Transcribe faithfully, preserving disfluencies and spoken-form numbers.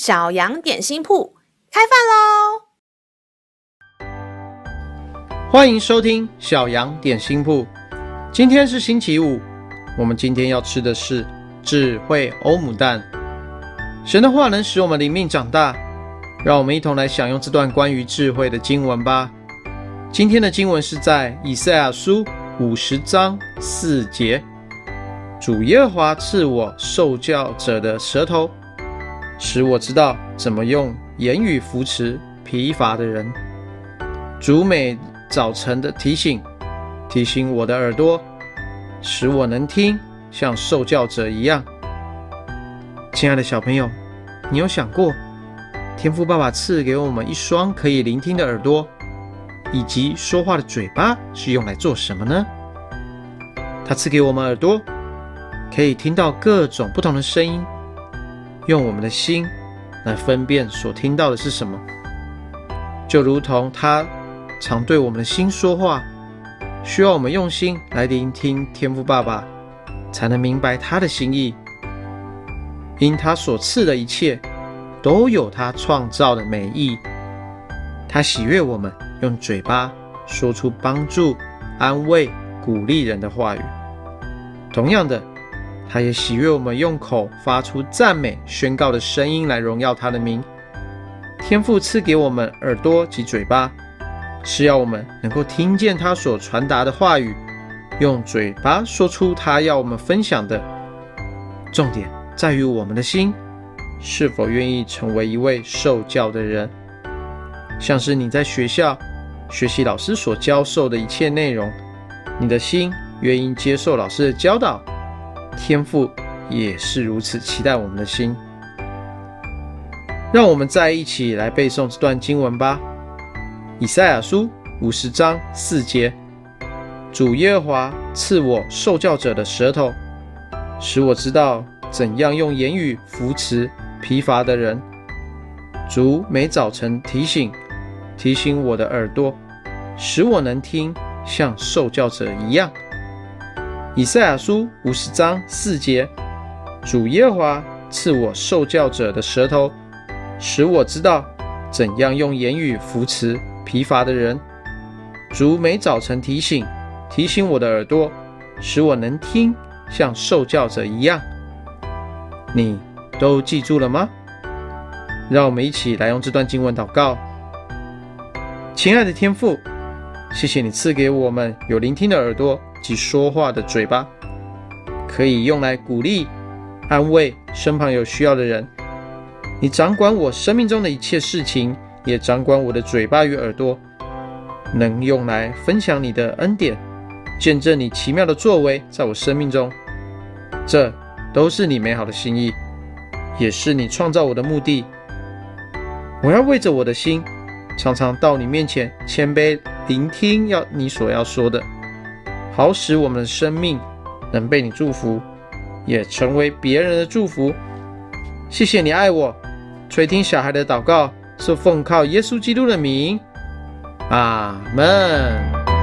小羊点心铺开饭喽！ 欢迎收听小羊点心铺。今天是星期五，我们今天要吃的是智慧欧姆蛋。神的话能使我们灵命长大，让我们一同来享用这段关于智慧的经文吧。今天的经文是在以赛亚书五十章四节。主耶和华赐我受教者的舌头，使我知道怎么用言语扶持疲乏的人。主每早晨的提醒，提醒我的耳朵，使我能听，像受教者一样。亲爱的小朋友，你有想过，天父爸爸赐给我们一双可以聆听的耳朵，以及说话的嘴巴是用来做什么呢？他赐给我们耳朵，可以听到各种不同的声音，用我们的心来分辨所听到的是什么。就如同他常对我们的心说话，需要我们用心来聆听天父爸爸，才能明白他的心意。因他所赐的一切都有他创造的美意，他喜悦我们用嘴巴说出帮助、安慰、鼓励人的话语。同样的，他也喜悦我们用口发出赞美、宣告的声音来荣耀他的名。天父赐给我们耳朵及嘴巴，是要我们能够听见他所传达的话语，用嘴巴说出他要我们分享的。重点在于我们的心是否愿意成为一位受教的人。像是你在学校学习老师所教授的一切内容，你的心愿意接受老师的教导，天父也是如此期待我们的心。让我们再一起来背诵这段经文吧。以赛亚书五十章四节，主耶和华赐我受教者的舌头，使我知道怎样用言语扶持疲乏的人。主每早晨提醒，提醒我的耳朵，使我能听，像受教者一样。以赛亚书五十章四节，主耶和华赐我受教者的舌头，使我知道怎样用言语扶持疲乏的人。主每早晨提醒，提醒我的耳朵，使我能听，像受教者一样。你都记住了吗？让我们一起来用这段经文祷告。亲爱的天父，谢谢你赐给我们有聆听的耳朵及说话的嘴巴，可以用来鼓励、安慰身旁有需要的人。你掌管我生命中的一切事情，也掌管我的嘴巴与耳朵，能用来分享你的恩典，见证你奇妙的作为在我生命中。这都是你美好的心意，也是你创造我的目的。我要为着我的心，常常到你面前谦卑聆听要你所要说的，好使我们的生命能被你祝福，也成为别人的祝福。谢谢你爱我，垂听小孩的祷告，是奉靠耶稣基督的名，阿们。